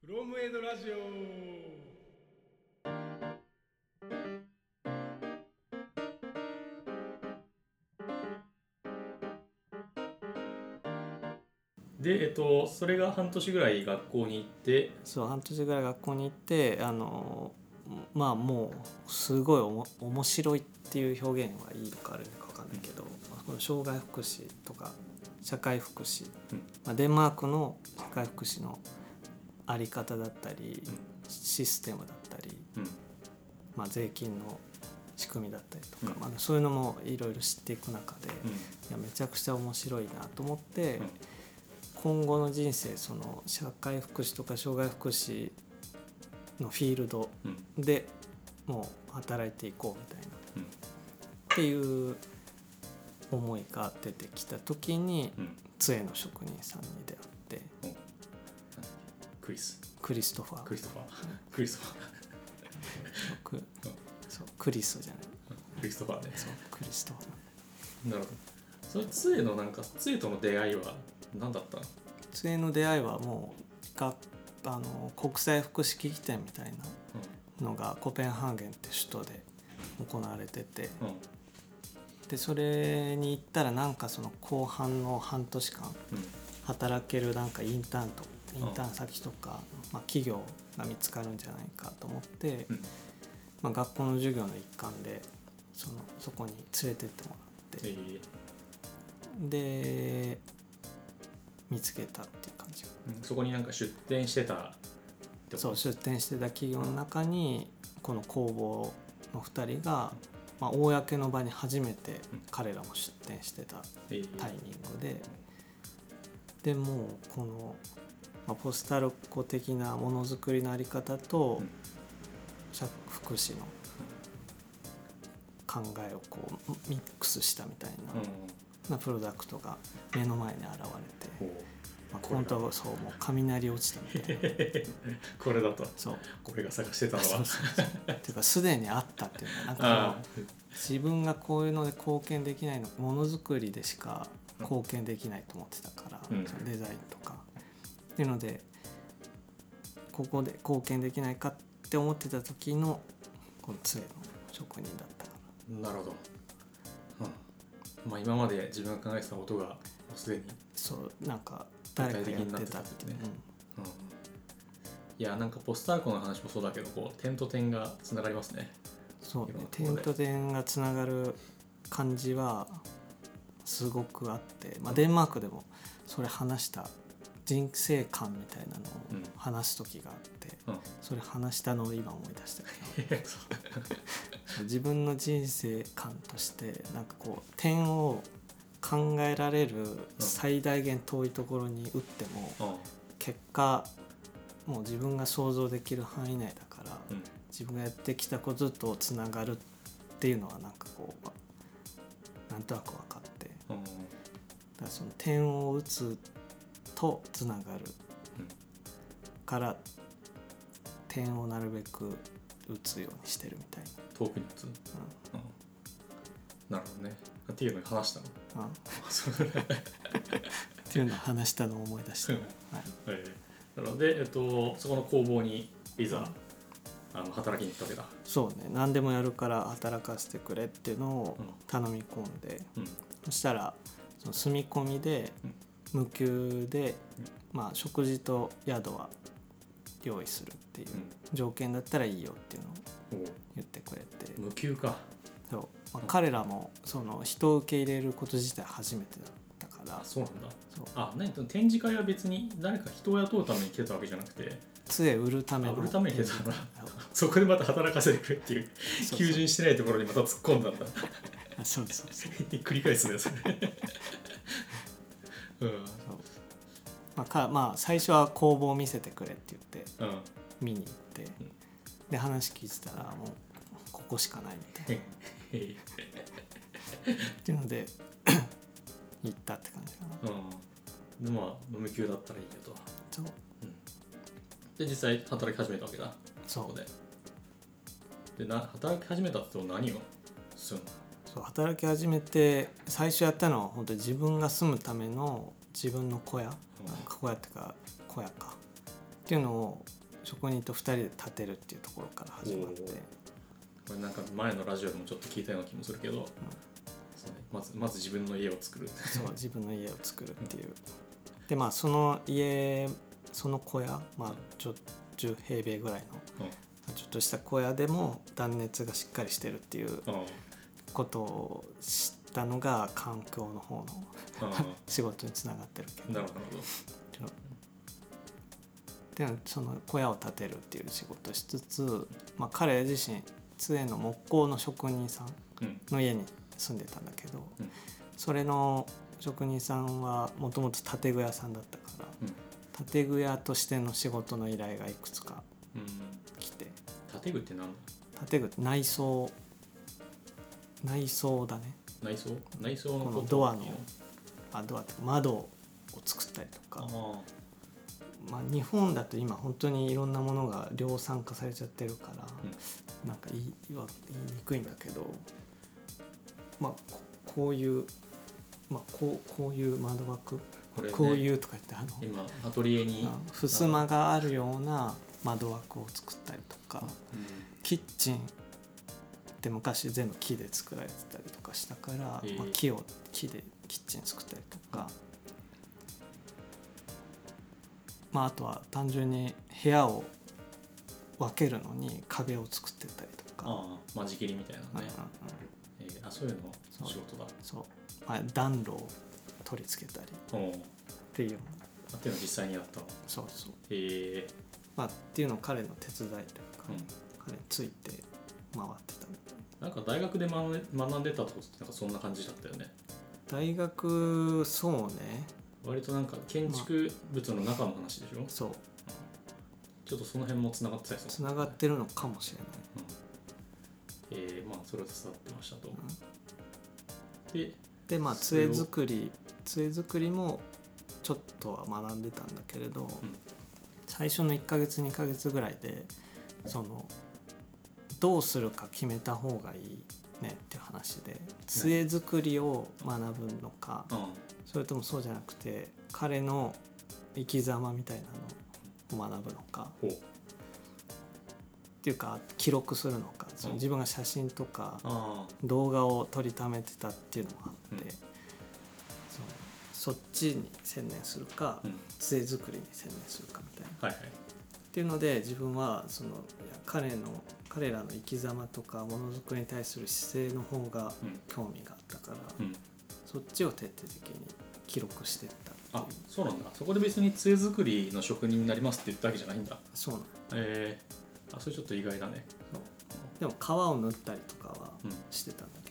フロムエイドラジオ。で、それが半年ぐらい学校に行って。 そう半年ぐらい学校に行ってまあもうすごい面白いっていう表現はいいのか悪いのか分かんないけど、この障害福祉とか社会福祉、デンマークの社会福祉のあり方だったり、システムだったり、税金の仕組みだったりとか、そういうのもいろいろ知っていく中で、いやめちゃくちゃ面白いなと思って、今後の人生その社会福祉とか障害福祉のフィールドでもう働いていこうみたいな、っていう思いが出てきた時に、杖の職人さんに出会って、クリストファーそうクリスじゃないクリストファーね。 そうクリストファー。 なるほど。それ杖の杖との出会いは何だったの？ 杖の出会いはもう国際福祉機器展みたいなのがコペンハーゲンって首都で行われてて、でそれに行ったらその後半の半年間働けるインターン先とか、企業が見つかるんじゃないかと思って、学校の授業の一環でそこに連れてってもらって、で見つけたっていう感じ。 そこに出店してた。 そう出店してた企業の中にこの工房の2人が、公の場に初めて彼らも出店してたタイミングで、でもうこの、ポスタルコ的なものづくりのあり方と、福祉の考えをミックスしたみたいな、プロダクトが目の前に現れて、本当はそうもう雷落ちたみたいなこれだと。 そうこれが探してたのはっていうかすでにあったっていうのは自分がこういうので貢献できないの、ものづくりでしか貢献できないと思ってたから、そのデザインとかっていうのでここで貢献できないかって思ってた時のこの杖の職人だったから。 なるほど、今まで自分が考えてたことがもうすでにそう誰かやってたっていうね。 いやポスタルコの話もそうだけど点と点がつながりますね。 そうね、点と点がつながる感じはすごくあって、デンマークでもそれ話した人生観みたいなのを話す時があって、それ話したのを今思い出したけど自分の人生観として点を考えられる最大限遠いところに打っても、結果もう自分が想像できる範囲内だから、自分がやってきたこととつながるっていうのはなんとなく分かって、だからその点を打つとつながるから、点をなるべく打つようにしてるみたいな。 遠くに打つ、なるほどね。っていうのに話したの。 っていうのを話したのを思い出した。 なので、そこの工房にいざ、働きに行ったわけだ。 そうね、何でもやるから働かせてくれっていうのを頼み込んで、そしたらその住み込みで無給で、食事と宿は用意するっていう条件だったらいいよっていうのを言ってくれて。 無給か。 そう、彼らもその人を受け入れること自体初めてだったから。 そうなんだ。展示会は別に誰か人を雇うために来てたわけじゃなくて、 杖売るために来てたんだ。そこでまた働かせてくれっていう求人してないところにまた突っ込んだんだ。 そう繰り返すねそれ。 最初は工房を見せてくれって言って見に行って、で話聞いてたらもうここしかないみたいなっていうので行ったって感じかな。 で無給だったらいいけど。 そう、 で実際働き始めたわけだ。 そうで働き始めたって何をするの？ そう働き始めて最初やったのは本当に自分が住むための自分の小屋、小屋っていうか小屋かっていうのを職人と2人で建てるっていうところから始まって、 これなんか前のラジオでもちょっと聞いたような気もするけど、そうね、まず自分の家を作るそう自分の家を作るっていうでまあその家その小屋、まあ、10平米ぐらいの、ちょっとした小屋でも断熱がしっかりしてるっていうことを知ったのが環境の方の仕事につながってるけど、 なるほど。 でその小屋を建てるっていう仕事をしつつ、まあ、彼自身杖の木工の職人さんの家に住んでたんだけど、それの職人さんはもともと建具屋さんだったから、建具屋としての仕事の依頼がいくつか来て、 建具って何だ？ 建具って内装だね。 内装のこのドアって窓を作ったりとか、まあ、日本だと今本当にいろんなものが量産化されちゃってるから、なんか言いにくいんだけど、まあこういう窓枠、 ね、 こういうとか言って今アトリエに襖があるような窓枠を作ったりとか、キッチンって昔全部木で作られてたりとかしたから、まあ、木でキッチン作ったりとか、まあ、あとは単純に部屋を分けるのに壁を作ってたりとか、 間仕切りみたいなね、そういうの仕事だ。 そう、まあ、暖炉を取り付けたりっていうのっていうのを実際にやったの。 そうまあ、っていうのを彼の手伝いというか、彼について回ってた。 なんか大学で学んでたとなんかそんな感じだったよね。 大学そうね、 割となんか建築物の中の話でしょ。 そう、 ちょっとその辺もつながってたりする。 つながってるのかもしれない。 まあそれを手伝ってましたと。 でまあ杖作りもちょっとは学んでたんだけれど、最初の1ヶ月2ヶ月ぐらいでそのどうするか決めた方がいいねっていう話で、杖作りを学ぶのか、それともそうじゃなくて彼の生き様みたいなのを学ぶのかっていうか記録するのか、その自分が写真とか動画を撮りためてたっていうのもあって、そっちに専念するか、杖作りに専念するかみたいな、っていうので自分はその彼らの生き様とかものづくりに対する姿勢の方が興味があったから、そっちを徹底的に記録していったっていう。 そうなんだ。そこで別に杖作りの職人になりますって言ったわけじゃないんだ。 そうなの。 それちょっと意外だね。 でも皮を塗ったりとかはしてたんだけ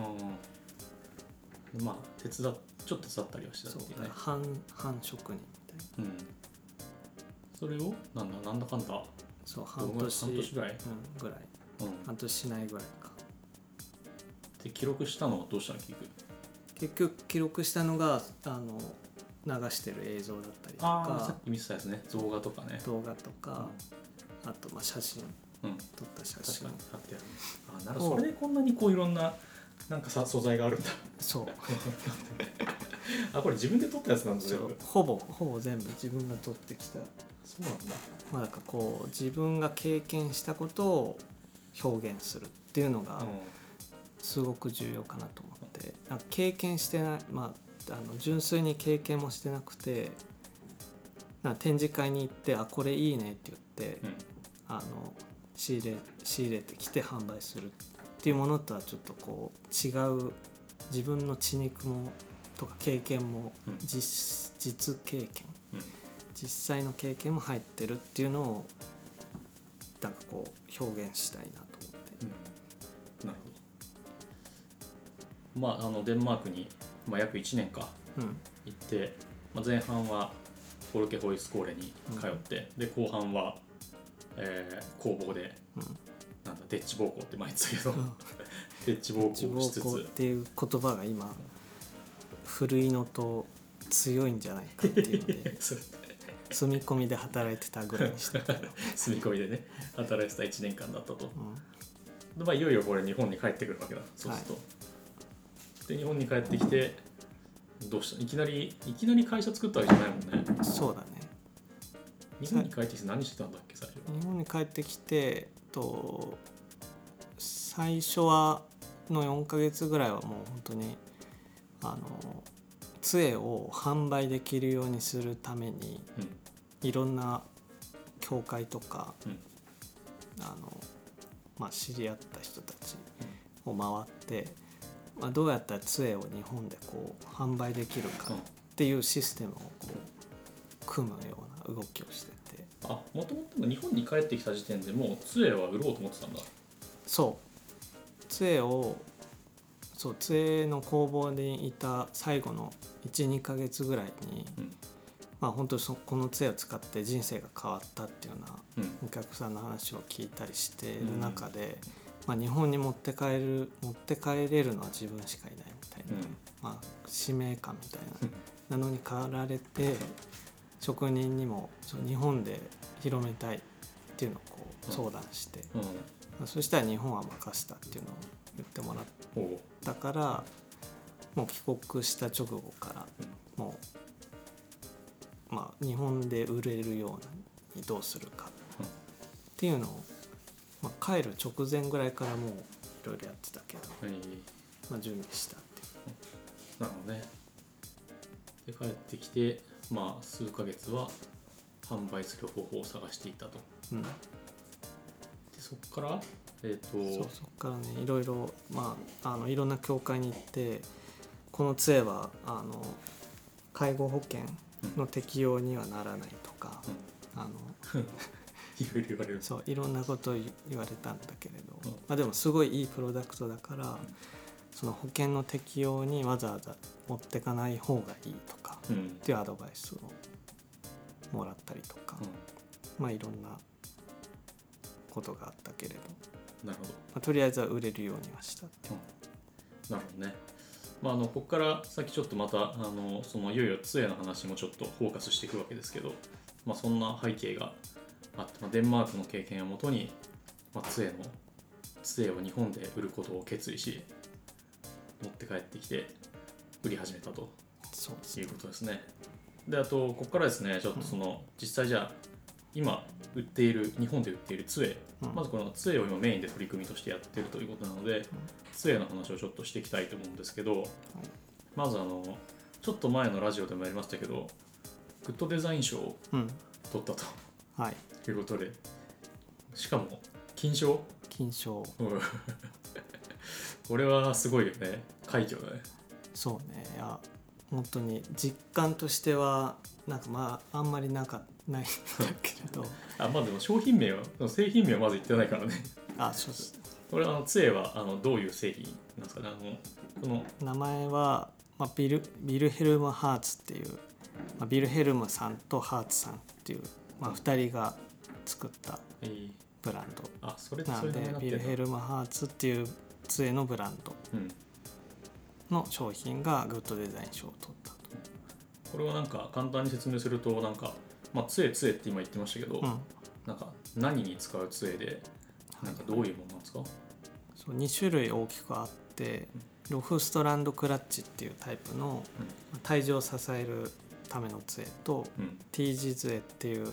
ど、 まあちょっと手伝ったりはしてたっていうね。 半職人みたいな。 それをなんだかんだ半年ぐらい、 半年しないぐらいか。 で記録したのはどうしたの？ 結局記録したのが流してる映像だったりとか、 さっき見せたやつね、動画とかね、 あとまあ写真、撮った写真貼ってある。なるほど。それでこんなにこういろんななんか素材があるんだ。 そうこれ自分で撮ったやつなんだ。 ほぼ全部自分が撮ってきた。 そうなんだ。 まあなんかこう自分が経験したことを表現するっていうのがすごく重要かなと思って、なんか経験してない、純粋に経験もしてなくて、なんか展示会に行ってこれいいねって言って、仕入れてきて販売するっていうものとはちょっとこう違う、自分の血肉もとか経験も、実経験、実際の経験も入ってるっていうのをなんかこう表現したいなと思って、 なるほど。デンマークに、約1年か行って、前半はフォルケホイスコーレに通って、で後半は、工房で、デッチ奉公って前言ってたけど、デッチ奉公しつつっていう言葉が今古いのと強いんじゃないかっていうので住み込みで働いてたぐらいにしてた住み込みでね働いてた1年間だったと、でいよいよこれ日本に帰ってくるわけだ。そうすると、で日本に帰ってきてどうした？いきなり会社作ったわけじゃないもんね。 そうだね。 日本に帰ってきて何してたんだっけ最初。 日本に帰ってきて最初はの4ヶ月ぐらいはもう本当に杖を販売できるようにするために、いろんな教会とか、知り合った人たちを回って、どうやったら杖を日本でこう販売できるかっていうシステムをこう組むような動きをしてて、 もともと日本に帰ってきた時点でもう杖は売ろうと思ってたんだ。 杖の工房にいた最後の 1,2 ヶ月ぐらいに、本当にこの杖を使って人生が変わったっていうようなお客さんの話を聞いたりしている中で、日本に持って帰れるのは自分しかいないみたいな、使命感みたいなのに駆られて、職人にも日本で広めたいっていうのをこう相談して、そしたら日本は任せたっていうのを言ってもらったから、もう帰国した直後からもう、日本で売れるようにどうするかっていうのを、帰る直前ぐらいからもういろいろやってたけど、準備したっていう。 なるほどね。で帰ってきて、数ヶ月は販売する方法を探していたと。でそこからそっからね、いろいろいろんな教会に行って、この杖は介護保険の適用にはならないとか、 いろいろ言われる。 いろんなことを言われたんだけれど、でもすごいいいプロダクトだから、その保険の適用にわざわざ持ってかない方がいいとか、っていうアドバイスをもらったりとか、いろんなことがあったけれど、 なるほど。 とりあえずは売れるようにはしたっていう。 なるほどね。ここから先ちょっとまたいよいよ杖の話もちょっとフォーカスしていくわけですけど、そんな背景があって、デンマークの経験をもとに、杖を日本で売ることを決意し、持って帰ってきて売り始めたということですね。で、あとここからですね、ちょっと実際じゃあ今日本で売っている杖、まずこの杖を今メインで取り組みとしてやっているということなので、杖の話をちょっとしていきたいと思うんですけど、まずちょっと前のラジオでもやりましたけど、グッドデザイン賞を取ったと、いうことで、しかも金賞これはすごいよね。快挙だね。 そうね。本当に実感としてはあんまりないんだけれどでも製品名はまず言ってないからね。 そうですね。 これ杖はどういう製品なんですかね。この名前は、ビルヘルム・ハーツっていう、ビルヘルムさんとハーツさんっていう、2人が作ったブランドなので、ビルヘルム・ハーツっていう杖のブランドの商品がグッドデザイン賞を取ったと。 これは簡単に説明すると、杖って今言ってましたけど、何に使う杖でどういうものなんですか。 2種類大きくあって、ロフストランドクラッチっていうタイプの体重を支えるための杖と、T 字杖っていう、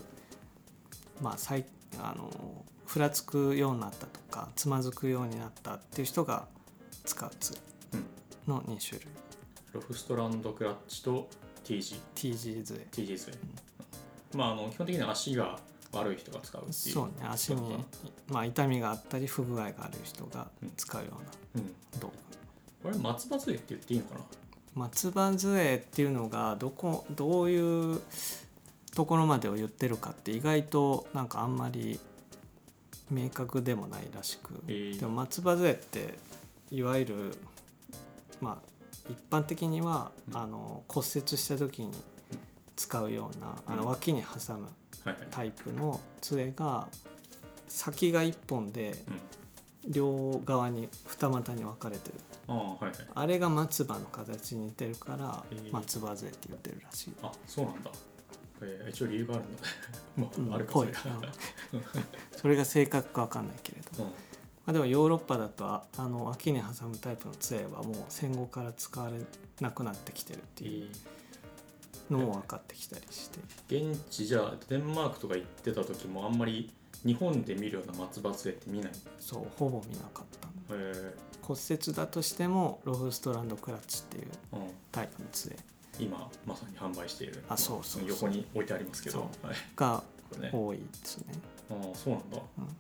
ふらつくようになったとかつまずくようになったっていう人が使う杖の2種類。 ロフストランドクラッチと T 字杖。基本的には足が悪い人が使うっていう。 そうね。足に、痛みがあったり不具合がある人が使うような道具。 これ松葉杖って言っていいのかな。 松葉杖っていうのがどういうところまでを言ってるかって意外とあんまり明確でもないらしく、でも松葉杖っていわゆる一般的には骨折した時に使うような脇に挟むタイプの杖が先が1本で両側に二股に分かれてる。あれが松葉の形に似てるから松葉杖って言ってるらしい。 そうなんだ。一応理由があるのであるかそれが正確か分かんないけれど、でもヨーロッパだと脇に挟むタイプの杖はもう戦後から使われなくなってきてるっていうのも分かってきたりして、 現地じゃあデンマークとか行ってた時もあんまり日本で見るような松葉杖って見ない？ そうほぼ見なかった。骨折だとしてもロフストランドクラッチっていうタイプの杖、 今まさに販売している、 そう横に置いてありますけど、 が多いですね。 そうなんだ、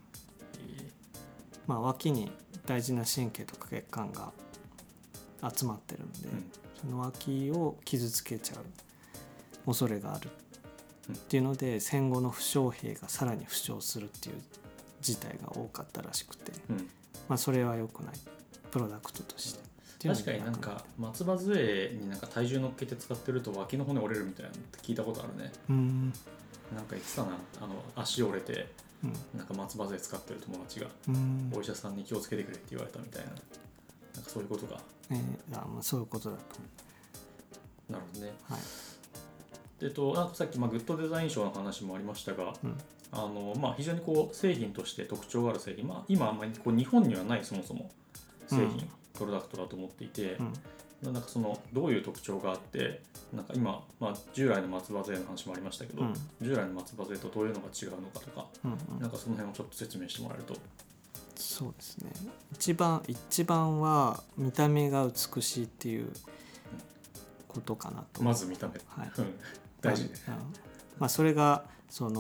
脇に大事な神経とか血管が集まってるんで、その脇を傷つけちゃう恐れがあるっていうので、戦後の負傷兵がさらに負傷するっていう事態が多かったらしくて、それは良くないプロダクトとして。 確かになんか松葉杖になんか体重乗っけて使ってると脇の骨折れるみたいなのって聞いたことあるね。なんか言ってたな、足折れて、なんか松葉杖使ってる友達が、お医者さんに気をつけてくれって言われたみたいな、なんかそういうことか。 そういうことだと思う。なるほどね。あとさっきグッドデザイン賞の話もありましたが、非常に製品として特徴がある製品、今あんまり日本にはないそもそも製品、プロダクトだと思っていて、なんかそのどういう特徴があって、なんか今、従来の松葉杖の話もありましたけど、従来の松葉杖とどういうのが違うのかとか、なんかその辺をちょっと説明してもらえると。 そうですね、一番は見た目が美しいっていうことかなと。 まず見た目、大事ね。 それがそう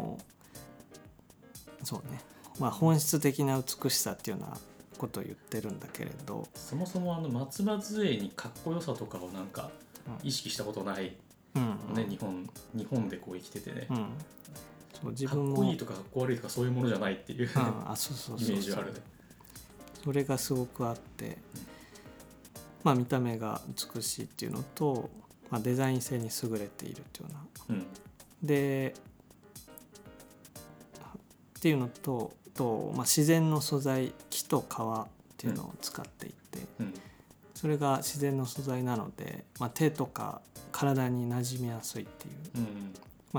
ね、本質的な美しさっていうようなことを言ってるんだけれど、 そもそも松葉杖にかっこよさとかをなんか意識したことない、日本で生きててね、自分もかっこいいとかかっこ悪いとかそういうものじゃないっていうイメージがあるね。 それがすごくあって、見た目が美しいっていうのと、デザイン性に優れているっていうような、でっていうのと自然の素材、木と皮っていうのを使っていて、それが自然の素材なので、手とか体に馴染みやすいっていう、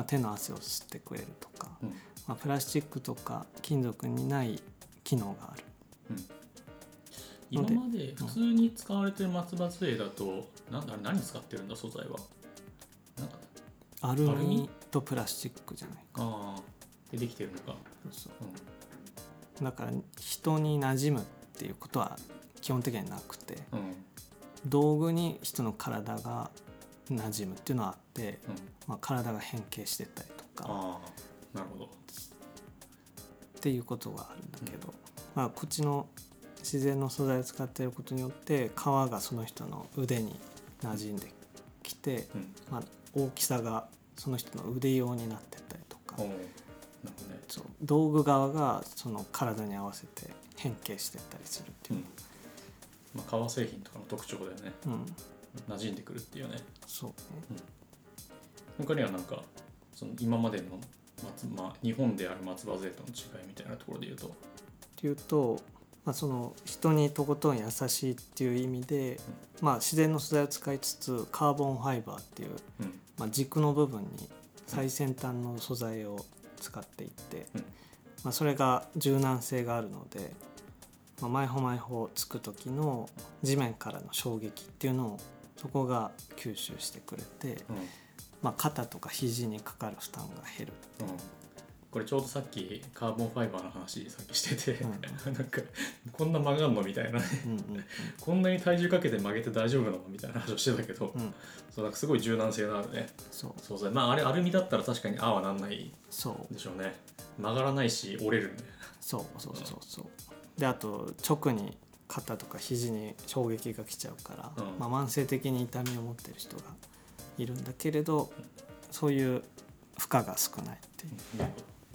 手の汗を吸ってくれるとか、プラスチックとか金属にない機能がある。 今まで普通に使われてる松葉杖だと、何使ってるんだ素材は。なんかアルミとプラスチックじゃないか。 でできてるのか。 だから人に馴染むっていうことは基本的にはなくて、道具に人の体が馴染むっていうのはあって、体が変形してったりとか、 なるほどっていうことがあるんだけど、こっちの自然の素材を使っていることによって皮がその人の腕に馴染んできて、大きさがその人の腕用になってったりとか、そう道具側がその体に合わせて変形してったりするっていう、 革製品とかの特徴だよね、馴染んでくるっていうね。 そうね、 他にはなんかその今までの日本である松葉杖との違いみたいなところで言うと、 その人にとことん優しいっていう意味で、自然の素材を使いつつカーボンファイバーっていう、軸の部分に最先端の素材を使っていって、それが柔軟性があるので、毎歩つく時の地面からの衝撃っていうのをそこが吸収してくれて、肩とか肘にかかる負担が減る。 これちょうどさっきカーボンファイバーの話さっきしてて、なんかこんな曲がんのみたいな、こんなに体重かけて曲げて大丈夫なのみたいな話をしてたけど、そうなんかすごい柔軟性のあるね素材。あれアルミだったら確かにはなんないでしょうね。曲がらないし折れるんで。そうで、あと直に肩とか肘に衝撃が来ちゃうから、慢性的に痛みを持ってる人がいるんだけれど、そういう負荷が少ないっていう。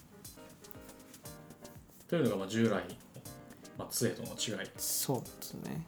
というのが従来の杖との違い。 そうですね。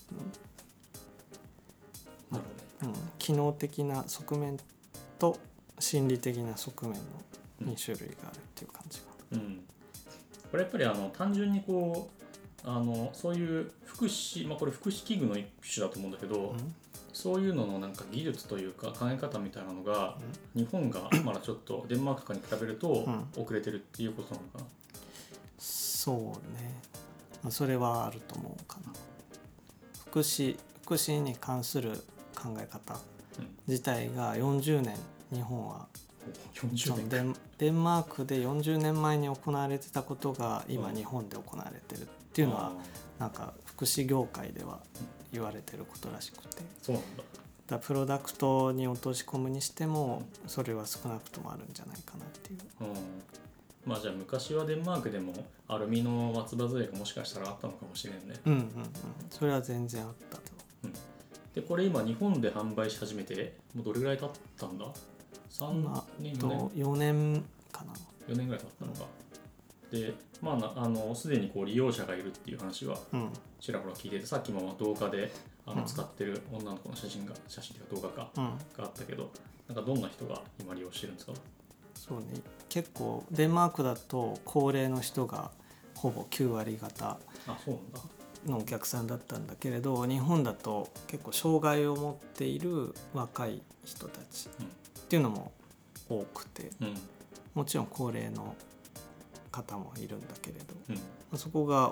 なるほどね。機能的な側面と心理的な側面の2種類があるっていう感じが。 これやっぱり単純にそういう福祉、これ福祉器具の一種だと思うんだけど、そういうののなんか技術というか考え方みたいなのが、日本がまだちょっとデンマークとかに比べると遅れてるっていうことなのかな。 そうね、それはあると思うかな。福祉に関する考え方自体が40年日本は 40年デンマークで40年前に行われてたことが今日本で行われてるっていうのはなんか福祉業界では言われてることらしくて、 そうなんだ。 だプロダクトに落とし込むにしてもそれは少なくともあるんじゃないかなっていう。 まあじゃあ昔はデンマークでもアルミの松葉杖がもしかしたらあったのかもしれんね。 それは全然あったと。 でこれ今日本で販売し始めてもうどれぐらい経ったんだ？3年 4年かな。 4年ぐらい経ったのか。でまあすでにこう利用者がいるっていう話はちらほら聞いてて、さっきも動画で使ってる女の子の写真っていうか動画があったけど、なんかどんな人が今利用してるんですか？ そうね、結構デンマークだと高齢の人がほぼ9割方のお客さんだったんだけれど、日本だと結構障害を持っている若い人たちっていうのも多くて、もちろん高齢の方もいるんだけれど、そこが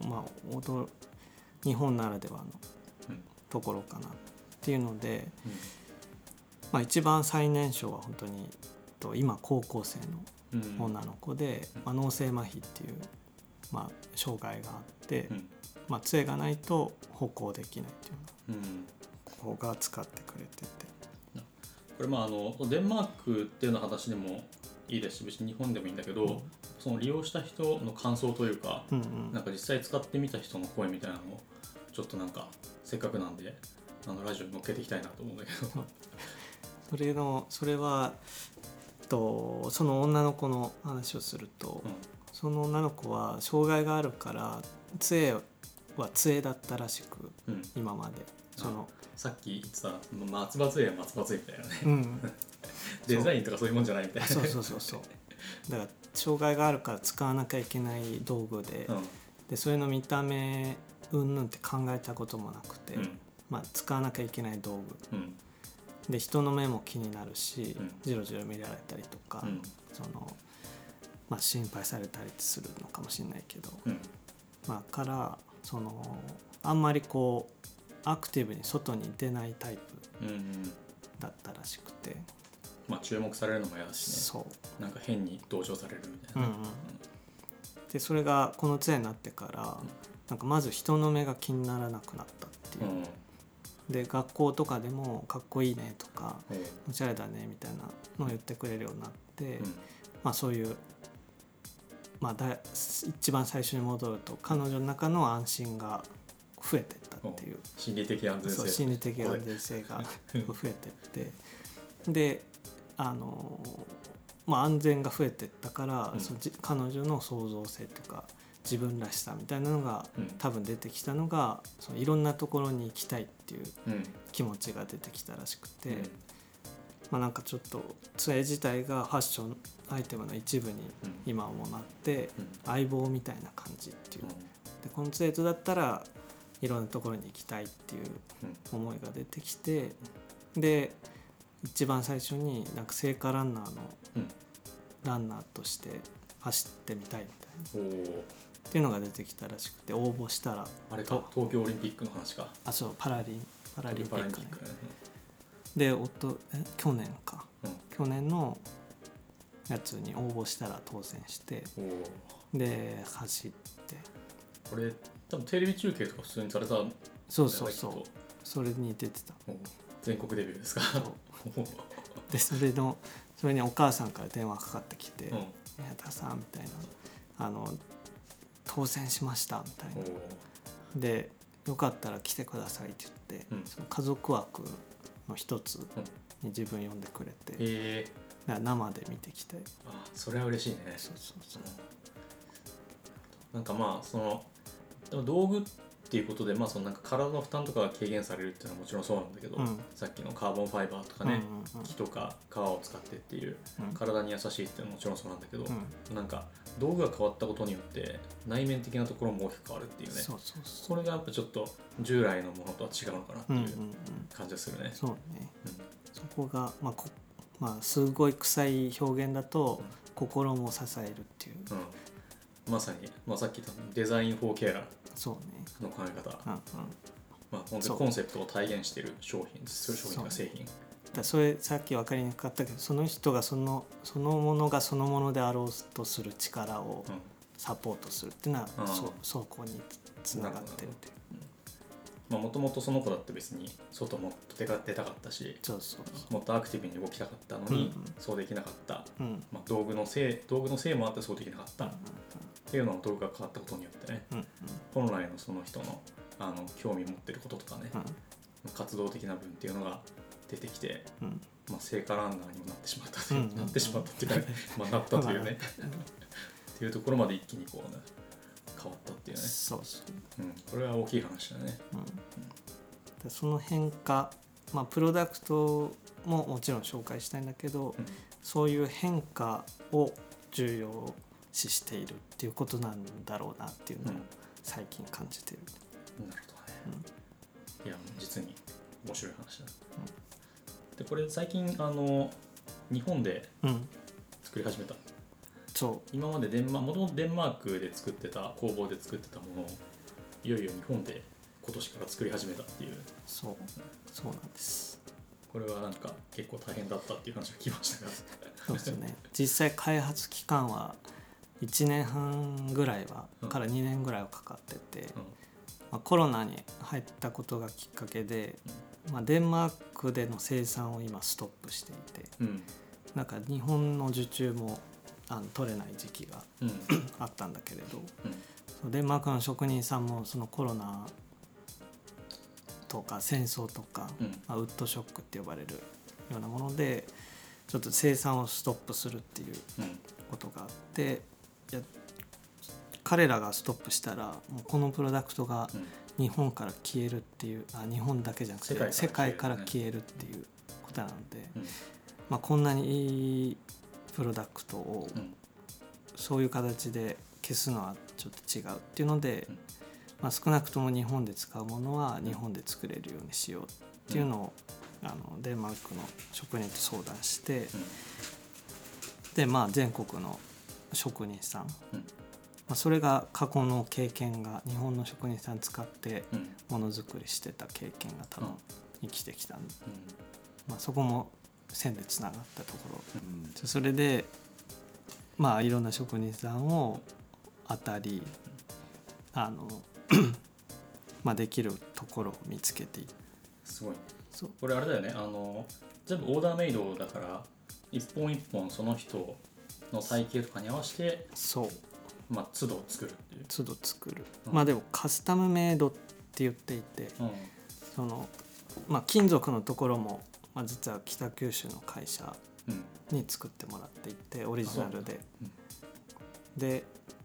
日本ならではのところかなっていうので、一番最年少は本当に今高校生の女の子で、脳性麻痺っていう、障害があって、杖がないと歩行できないっていう子が使ってくれてて、 これデンマークっていうの話でもいいですし、別に日本でもいいんだけど、その利用した人の感想というか、なんか実際使ってみた人の声みたいなのをちょっとなんかせっかくなんでラジオに乗っけていきたいなと思うんだけどそれはその女の子の話をすると、その女の子は障害があるから杖は杖だったらしく、今までさっき言ってた松葉杖は松葉杖みたいなね、デザインとかそういうもんじゃないみたいな。 そうだから障害があるから使わなきゃいけない道具で、でそれの見た目うんぬんって考えたこともなくて、使わなきゃいけない道具、で人の目も気になるし、じろじろ見られたりとか、心配されたりするのかもしれないけど、からあんまりこうアクティブに外に出ないタイプだったらしくて、 注目されるのも嫌だしね、なんか変に同情されるみたいな、 でそれがこの杖になってからなんかまず人の目が気にならなくなったっていう、で学校とかでもかっこいいねとかおしゃれだねみたいなのを言ってくれるようになって、そういう一番最初に戻ると彼女の中の安心が増えていったっていう、 心理的安全性心理的安全性が増えていってで安全が増えていったから、彼女の創造性とか自分らしさみたいなのが、多分出てきたのがいろんなところに行きたいっていう気持ちが出てきたらしくて、なんかちょっと杖自体がファッションアイテムの一部に今もなって、相棒みたいな感じっていう、でこの杖とだったらいろんなところに行きたいっていう思いが出てきて、で一番最初になんか聖火ランナーのランナーとして走ってみたいみたいなっていうのが出てきたらしくて、応募したらあれか東京オリンピックの話か。 そうパラリンピック、ね、で去年か、去年のやつに応募したら当選して、で走って、 これ多分テレビ中継とか普通にされた。 そうそれに出てた。 全国デビューですか。 でそれにお母さんから電話かかってきて「宮田さん」みたいな「当選しました」みたいなで「よかったら来てください」って言って、その家族枠の一つに自分呼んでくれて、生で見てきて、 それは嬉しいね。なんかでも道具っていうことで、そのなんか体の負担とかが軽減されるっていうのはもちろんそうなんだけど、さっきのカーボンファイバーとかね、木とか皮を使ってっていう、体に優しいっていうのはもちろんそうなんだけど、なんか道具が変わったことによって内面的なところも大きく変わるっていうね。これがやっぱちょっと従来のものとは違うのかなっていう感じがするね。 そうね、そこがすごい臭い表現だと、心も支えるっていう、 まさに、さっき言ったデザインフォーケアの考え方、本当にコンセプトを体現している商品とか製品だそれさっき分かりにくかったけど、その人がそのものがそのものであろうとする力をサポートするっていうのは、そこにつながってるっていう。 もともとその子だって別に外もっと出たかったし、もっとアクティブに動きたかったのに、そうできなかった、道具のせいもあってそうできなかった、っていうのを道具が変わったことによってね、本来のその人の、興味持ってることとかね、活動的な分っていうのが出てきて、聖火ランナーにもなってしまったっていうなったというねっていうところまで一気にこうね変わったっていうね。これは大きい話だね。 でその変化、プロダクトももちろん紹介したいんだけど、そういう変化を重要視しているっていうことなんだろうなっていうのを最近感じている。 なるほどね。いや実に面白い話だ。でこれ最近日本で作り始めた。今までもともとデンマークで作ってた工房で作ってたものをいよいよ日本で今年から作り始めたっていう。 そうなんです。 これはなんか結構大変だったっていう話を聞きましたがそうですね。実際開発期間は1年半ぐらいから2年ぐらいはかかってて、コロナに入ったことがきっかけで、デンマークでの生産を今ストップしていて、なんか日本の受注も取れない時期があったんだけれど、デンマークの職人さんもそのコロナとか戦争とか、ウッドショックって呼ばれるようなものでちょっと生産をストップするっていうことがあって、彼らがストップしたらもうこのプロダクトが日本から消えるっていう、日本だけじゃなくて世界から消えるっていうことなので、こんなにいいプロダクトをそういう形で消すのはちょっと違うっていうので、少なくとも日本で使うものは日本で作れるようにしようっていうのをデンマークの職人と相談して、で全国の職人さん、それが過去の経験が日本の職人さん使ってものづくりしてた経験が多分生きてきたんで、そこも線でつながったところ、それでいろんな職人さんを当たりできるところを見つけている。 すごい。これあれだよね、全部オーダーメイドだから一本一本その人の体型とかに合わせて都度作るっていう。 都度作る、でもカスタムメイドって言っていて、その金属のところも、実は北九州の会社に作ってもらっていて、オリジナルで、で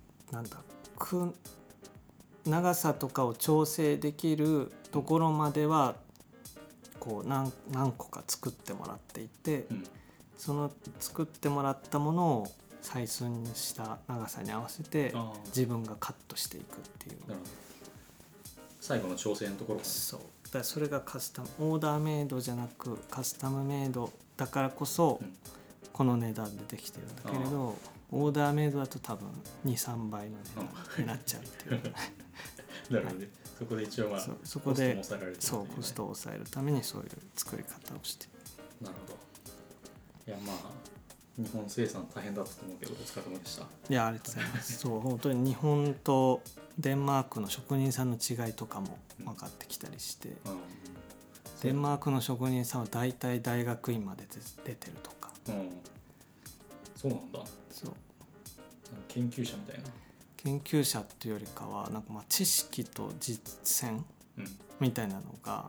長さとかを調整できるところまではこう何個か作ってもらっていて、その作ってもらったものを採寸した長さに合わせて自分がカットしていくっていう。 最後の調整のところ。 だからそれがカスタムオーダーメイドじゃなくカスタムメイドだからこそこの値段でできてるんだけれど、オーダーメイドだと多分 2,3 倍の値段になっちゃうっていうなるほどね。そこで一応そこでコストも抑えられる、 コストを抑えるためにそういう作り方をしてなるほど。いや日本生産大変だったと思うけどお疲れ様でした。 いやありがとうございます。本当に日本とデンマークの職人さんの違いとかも分かってきたりして、デンマークの職人さんは大体大学院まで出てるとか、 そうなんだ。研究者みたいな。 研究者っていうよりかは知識と実践みたいなのが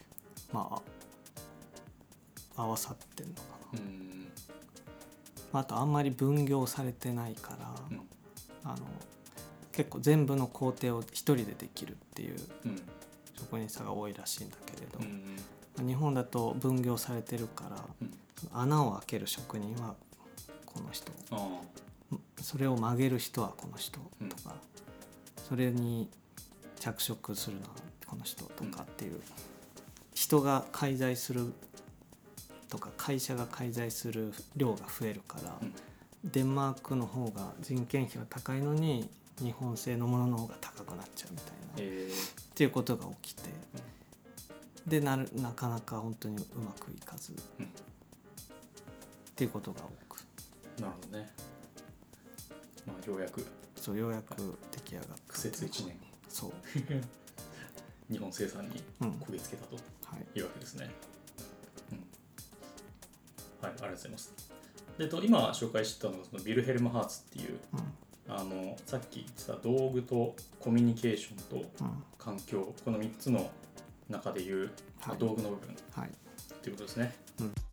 合わさってるのかな。あとあんまり分業されてないから、結構全部の工程を一人でできるっていう職人さんが多いらしいんだけれど、日本だと分業されてるから、穴を開ける職人はこの人、それを曲げる人はこの人とか、それに着色するのはこの人とかっていう、人が介在するとか会社が介在する量が増えるから、デンマークの方が人件費が高いのに日本製のものの方が高くなっちゃうみたいな、っていうことが起きて、 でなかなか本当にうまくいかず、っていうことが多く。 なるほどね。まあようやく出来上がった。 苦節1年。 そう日本生産にこぎつけたというわけですね。はい、ありがとうございます。で今紹介してたのがそのヴィルヘルム・ハーツっていう、さっき言ってた道具とコミュニケーションと環境、この3つの中でいう、道具の部分っていうことですね。